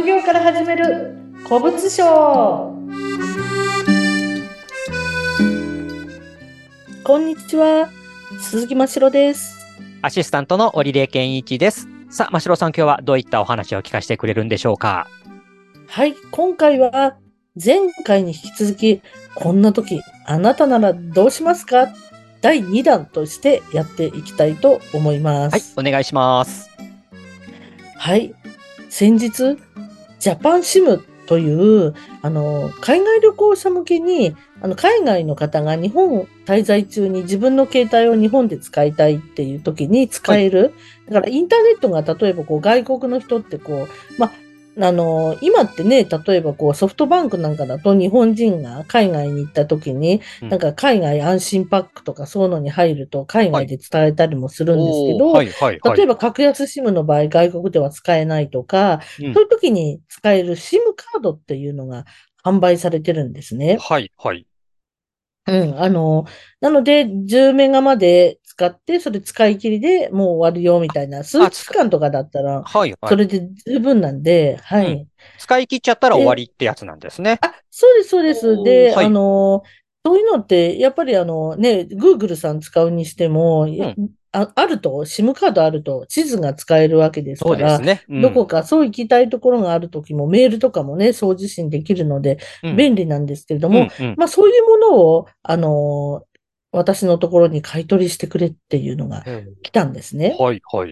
副業から始める古物商。こんにちは、鈴木真城です。 アシスタントの織出健一です。さあ、真城さん、今日はどういったお話を聞かせてくれるんでしょうか？ はい、今回は前回に引き続き、こんな時あなたならどうしますか、第2弾としてやっていきたいと思いまはい、 す。 お願いします。 はい、先日ジャパンシムという、海外旅行者向けに、海外の方が日本滞在中に自分の携帯を日本で使いたいっていう時にはい。 使える。だからインターネットが例えばこう外国の人ってこう、今ってね、例えばこうソフトバンクなんかだと日本人が海外に行った時に、 うん。 なんか海外安心パックとかそういうのに入ると海はい。 外で伝えたりもするんですけおー、 ど、 はい、はい、はい。 例えば格安シムの場合外国では使えないとか、 うん。 そういう時に使える SIM カードっていうのが販売されてるんですね。 はい、はい。 うん、なので、10メガまで使って、それ使い切りでもう終わるよみたいな、数あ、 日間とかだったら、 はい、はい。 それで十分なんで、はうん。 い。 使い切っちゃったら終わで、 りってやつなんですね。 そうです、そうです。 おー、 で、 はい。 そういうのって、やっぱりGoogle さん使うにしても、 うん。 あると、SIM カードあると地図が使えるわけですそうから、 ですね。うん。 どこかそう行きたいところがあるときもメールとかもね、送受信できるのでうん。 便利なんですけれども、 うん、うん。 まあそういうものを、私のところに買い取りしてくれっていうのがうん。 来たんですね。 はい、はい。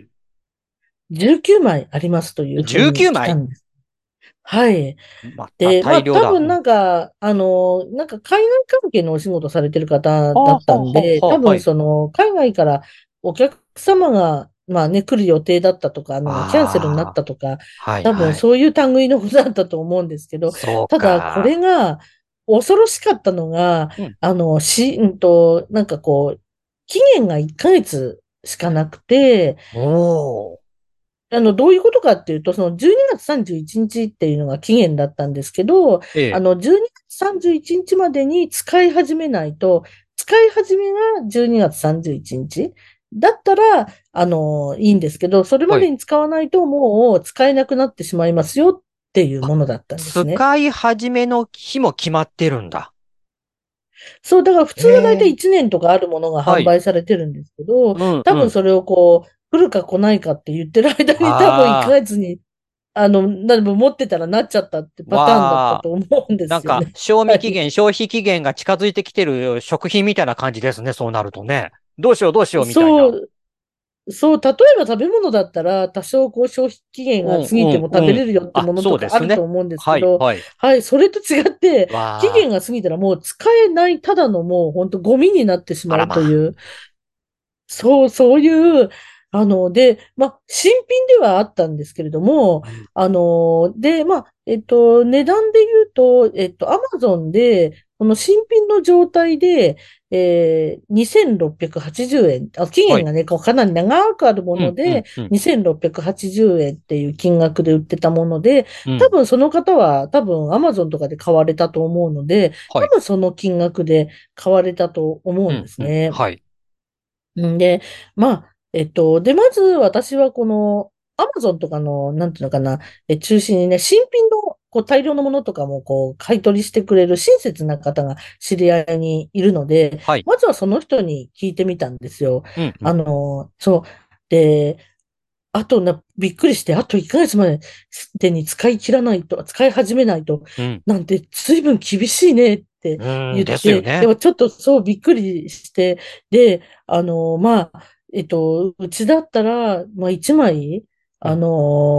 19枚ありますというふうに 19枚。 来たんです。はい。 またで、まあ大量だ。うん。 多分なんか海外関係のお仕事されてる方はあ、 だったはあ、 んで、 はあ、 多分はい。 その海外からお客様が、まあね、来る予定だったとか、キャンセルになっああ、 たとか、 はい、 多分はい。 そういう類のことだったと思うんですけど、 そうただこれか。 が恐ろしかったのが、 うん。 なんかこう、期限が1ヶ月しかなくて、 おー。 どういうことかっていうと、その12月31日っていうのが期限だったんですけど、 ええ。 12月31日までに使い始めないと、使い始めが12月31日だったら、いいんですけど、それまはい。 でに使わないともう使えなくなってしまいますよっていうあ、 ものだったんですね。 使い始めの日も決まってるんだ。 そう、だから普通は大体ええ。 1年とかあるものが販はい。 売されてるんですけど、 うんうん。 多分それをこう、来るか来ないかって言ってる間に多分1 ああ、 ヶ月にでも持ってたらなっちゃったってパターンだったわあ、 と思うんでなんか、 すよね。 賞はい。 味期限、消費期限が近づいてきてる食品みたいな感じですね、そうなるとね。どうしよう、どうしよう、みたいな。 そう、そう、例えば食べ物だったら、多少こう消費期限がうん過ぎても食べうんうん。 れるよってあ、 ものとかあそうですね。 ると思うんですけはい、 ど、 はい。 はい、それと違って、期わあ、 限が過ぎたらもう使えない、ただのもう本当ゴミになってしまあらまあ。 うという、そういう、まあ、新品ではあったんですけれども、 うん。 まあ、値段で言うと、アマゾンで、この新品の状態で、2680円、期はい。 限がね、こうかなり長くあるもうんうんので、 うん。 2680円っていう金額で売ってたもので、 うん。 多分その方は、多分アマゾンとかで買われたと思うので、 はい。 多分その金額で買われたと思うんでうんうん。 すね。 はい。 んで、まあ、まず私はこの、アマゾンとかの、なんていうのかな、中心にね、新品の、こう、大量のものとかも、こう、買い取りしてくれる親切な方が知り合いにいるので、 はい。 まずはその人に聞いてみたんですよ。 うんうん。 そう。で、あとびっくりして、あと1ヶ月までに使い切らないと、使い始めないと、 うん。 なんて随分厳しいねってうーん、ですよ言って、でね。 もちょっとそうびっくりして、で、まあ、うちだったら、まあ1枚、 うん。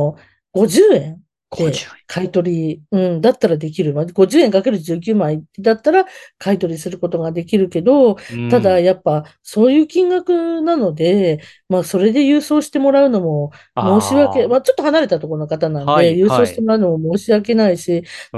50円で 50 買い取り、だったらできる。まあ、50円かける19枚だったら買い取りすることができるけど、 円。 ただうん。 やっぱそういう金額なので、まあそれで郵送してもらうのも申し訳、 ああ、 まあちょっと離れたところの方なんで、 はい、 郵送はい。 してもらうのも申し訳ないし、 うん。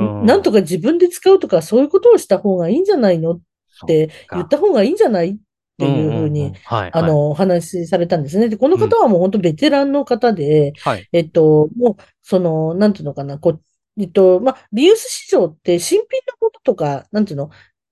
なんとか自分で使うとかそういうことをした方がいいんじゃないのっそって言っか。 た方がいいんじゃないってうんいうふうに、 うんうん。はい、はい。 お話しされたんですね。で、このうん。 方はもう本当ベテランの方で、 はい。 もう、なんていうのかな、まあ、リユース市場って新品のこととか、なんていうの、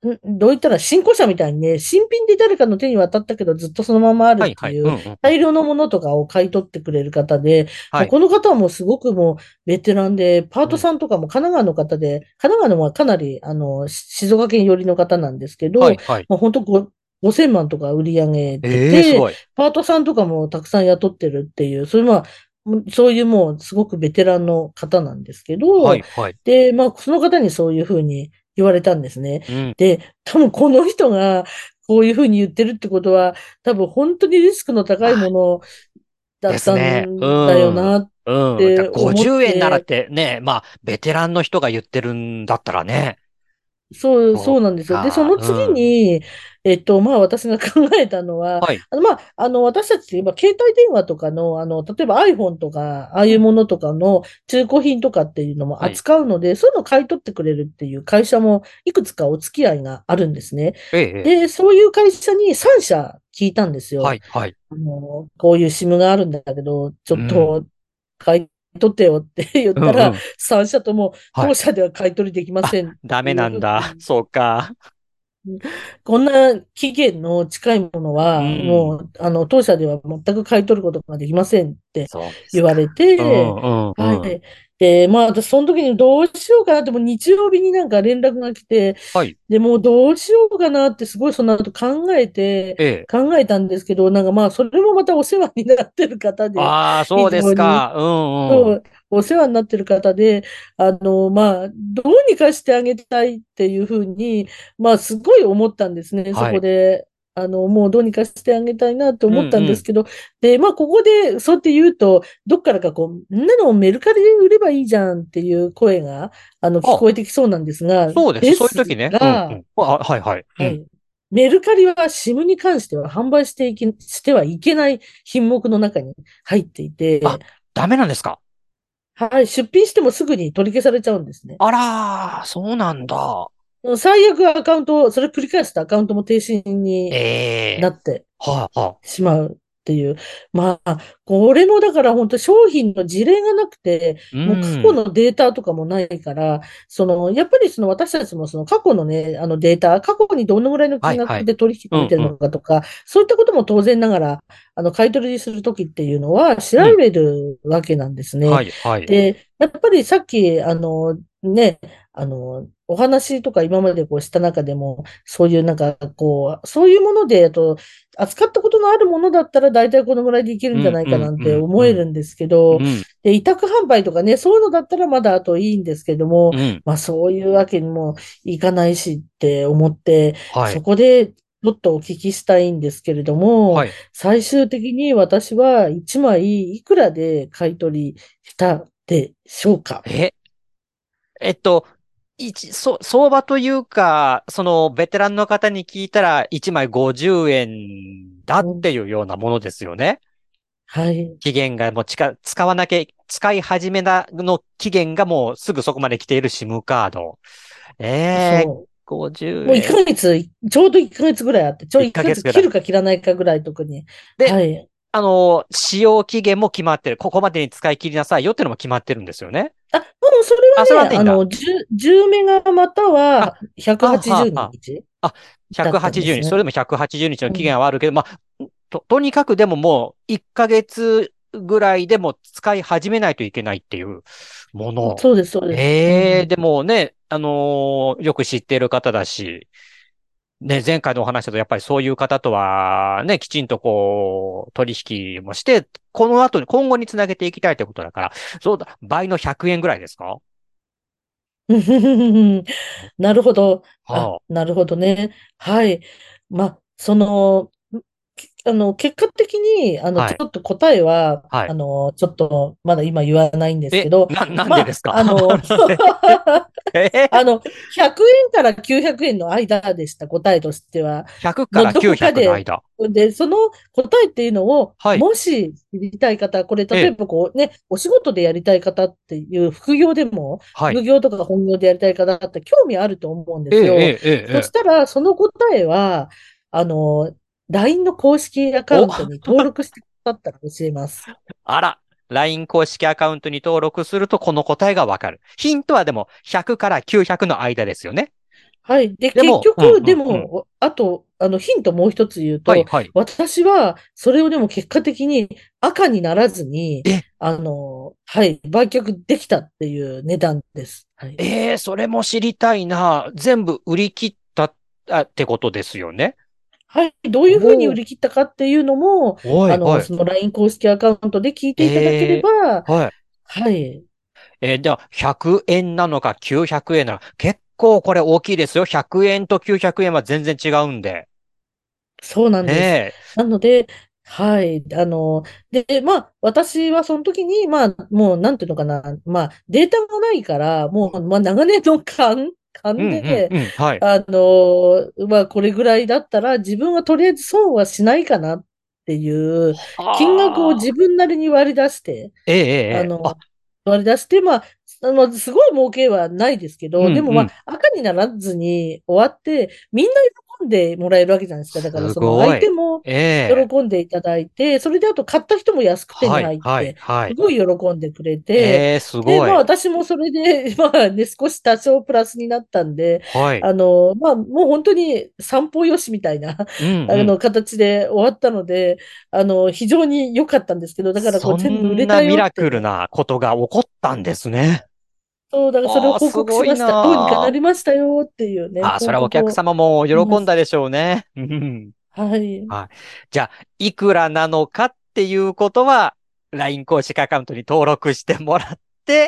どう言ったら新古車みたいにね、新品で誰かの手に渡ったけどずっとそのままあるっはいはい。 ていううんうんうん。 大量のものとかを買い取ってくれる方で、 はい。 もうこの方はもうすごくもうベテランで、パーうん。 トさんとかも神奈川の方で、神奈川のはかなり静岡県寄りの方なんですけど、 はいはい。 もう本当5000万とか売り上げてて、 ええ、すごい。 パートさんとかもたくさん雇ってるっていう、それまあ、そういうもうすごくベテランの方なんですけど、 はいはい。 で、まあ、その方にそういうふうに言われたんですね。 うん。 で、多分この人がこういうふうに言ってるってことは、多分本当にリスクの高いあ、 ものだでったすね。うんだよん。 なっうん。 て思っ 50円ならって、 てね、まあ、ベテランの人が言ってるんだったらね。そそうなんですよ。で、そうか。 の次うん。 に、まあ私が考えたのは、 はい。 まあ、私たちって今、携帯電話とかの、例えば iPhone とか、ああいうん。 うものとかの中古品とかっていうのもはい。 扱うので、そういうのを買い取ってくれるっていう会社もいくつかお付き合いがあるんですね。 ええ、ええ。 で、そういう会社に3社聞いたんですよ。 はい、はい。 こういう SIM があるんだけど、ちょうん。 っと買い取ってよって言ったら、 うんうん。 3社ともはい。 当社では買い取りできまあ、 せんってダメいうなんだ。 ふうに、 そうか。 こんな期限の近いものうは、もん。 う、当社では全く買い取ることができませんってそうですか。 言われうて、 ん、うん、うん。 はい。で、まあ、私、その時にどうしようかなって、もう日曜日になんか連絡が来て、 はい。 で、もうどうしようかなって、すごいその後ええ。 考えたんですけど、なんかまあ、それもまたお世話になってる方で、 ああ、そうで非常に、 すか。うん、うん。 そう、お世話になってる方で、まあ、どうにかしてあげたいっていうふうに、まあ、すごい思ったんですね、そはい。 こで。もうどうにかしてあげたいなってうん、 思ったんうん。 ですけど、で、まあ、ここで、そうやって言うと、どっからかこう、んなのメルカリで売ればいいじゃんっていう声が、聞あ、 こえてきそうなんですが、 そうです。 ですそういう時ね。うん、うが、 ん。あ、はい、はい。うん。 はい。メルカリは SIM に関しては販売してはいけない品目の中に入っていあ、 て、 ダメなんですか？ はい、出品してもすぐに取り消されちゃうんですね。 あらー、そうなんだ。 最悪アカウント、それ繰り返すとアカウントも停止にええ、 なってはあ、はあ。 しまうっていう。まあ、これもだから本当商品の事例がなくて、 うもう過去ん。 のデータとかもないから、やっぱりその私たちもその過去のね、データ、過去にどのぐらいのはい、はい。 金額で取引うん、 されてるうん、 のかとか、そういったことも当然ながら、買い取りするときっていうのは調うん。 べるわけなんですね。 はい、はい。 で、やっぱりさっき、ね、お話とか今までこうした中でも、そういうなんかこう、そういうもので、扱ったことのあるものだったら大体このぐらいでいけるうん、 んじゃないうん、 かなんてうん、うん。 思えるんですけど、 うん、 で、委託販売とかね、そういうのだったらまだあといいんですけども、 うん。 まあそういうわけにもいかないしって思って、そはい、 こでちょっとお聞きしたいんですけれども、 はい。 最終的に私は1枚いくらで買い取りしたでしょうか？ え、えっと、相場というか、その、ベテランの方に聞いたら、1枚50円だっうん、 ていうようなものですよね。 はい。 期限がもう使わなきゃ、使い始めの期限がもうすぐそこまで来ている SIM カード。ええ、 そう。 50 もう1 円。 ヶ月、ちょうど1ヶ月ぐらいあって、 1 1ヶ月ヶ月ぐらい。 切るか切らないかぐらい特に。 で、 はい。 使用期限も決まってる。ここまでに使い切りなさいよっていうのも決まってるんですよね。 もうそあ、それれはね、 はないんだ。 10メガまたあ、 はは 180 あ、は日あ。あ、 だったんで 180日。それすね。 でも180日の期うん。 限はあるけど、まあ、とにかくでももう1ヶ月ぐらいでも使い始めないといけないっていうもの。 そうです、そうです。うん。 でもね、よく知っている方だし、ね、前回のお話だとやっぱりそういう方とはね、きちんとこう、取引もして、この後に、今後につなげていきたいということだから、そうだ、倍の100円ぐらいですか？ なるほど。 はなるほどね。はい。まあ、結果的に、 あ、はい、 ちょっと答えは、 はい。 ちょっと、まだ今言わないんですけど、 なんまあ、 でですか？え 100円から900円の間でした、答えとしては。 100からどこか 900ので、 間。 で、その答えっていうのを、 はい。 もし知りたい方、これ、例えええ、 ばこうね、お仕事でやりたい方っていう副業でも、 はい。 副業とか本業でやりたい方って興味あると思うんでええ、えすよ。 え、ええ。 そええ、 したら、その答えは、あの、LINE の公式アカお、 ウントに登録してくださったら教えます。 あら。LINE 公式アカウントに登録するとこの答えがわかる。ヒントはでも100から900の間ですよね。 はい。で、 でも、うん、 結局、 うん、うん。 でも、あと、ヒントもう一つ言うはい、 と、 はい。 私は、それをでも結果的に赤にならずに、 え、 はい、売却できたっていう値段です。はい。 それも知りたいな。全部売り切ったってことですよね。 はい。どういうふうに売おー、 り切ったかっていうのも、 はい、はい。 その LINE 公式アカウントで聞いていただけれえば、 はい。 はい。 じゃあ、100円なのか900円なのか、結構これ大きいですよ。100円と900円は全然違うんで。 そうなんです。 ねなので、はい。で、まあ、私はその時に、まあ、もう、なんていうのかな。まあ、データがないから、もう、まあ、長年のえ。うん、うん、 勘で、 うん、はい。 まあ、これぐらいだったら、自分はとりあえず損はしないかなっていう金額をああ、 自分なりに割り出して、 ええ、ええ、 あええあ、 の、割り出して、まあ、すごい儲けはないですけど、でうん、 もまうん。 あ、赤にならずに終わって、みんな喜んでもらえるわけじゃないですか。だからすその相ごい。 手もええ。 喜んでいただいて、それであと買った人も安く手にはい、はい、 入って、 はい。 すごい喜んでくれて、 ええ、すで、まあごい。 私もそれで、まあね、少し多少プラスになったんで、 はい。 まあもう本当に散歩よしみたいな、 うん、うん。 形で終わったので、非常に良かったんですけど、だからこうそ全部売れたんなミラよってね、 クルなことが起こったんですね。 そう、だからそれをああ、 報すごい告しました。どうにかななりましたよっていうね、 あ。ああ、そ報れはお客告を様もします。 喜んだでしょうね。うん。 はい。 はい。じゃあ、いくらなのかっていうことは、LINE 公式アカウントに登録してもらって、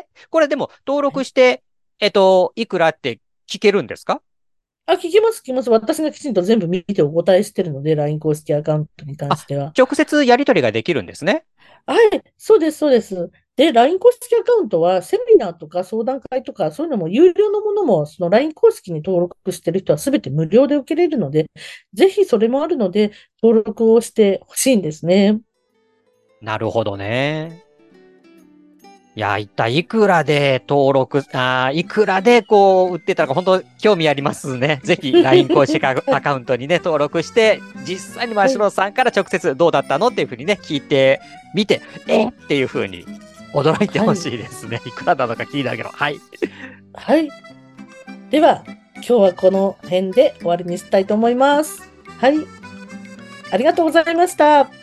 これでも登はい。 録して、いくらって聞けるんですか？ あ、聞きます、聞きます。私がきちんと全部見てお答えしてるので、LINE 公式アカウントに関あ、 しては。 直接やり取りができるんですね。 はい、そうです、そうです。で、LINE 公式アカウントは、セミナーとか相談会とか、そういうのも有料のものも、その LINE 公式に登録してる人は全て無料で受けれるので、ぜひそれもあるので、登録をしてほしいんですね。 なるほどね。いや、一体いくらで登録、いくらでこう売ってたのか、本当興味ありますね。ぜひ LINE 公式アカウントにね、登録して、実際に真はい、 城さんから直接どうだったのっていうふうにね、聞いてみて、っていうふうに驚いてほはい、 しいですね。いくらなのか聞いたけど。はい。 はい。では、今日はこの辺で終わりにしたいと思います。はい、ありがとうございました。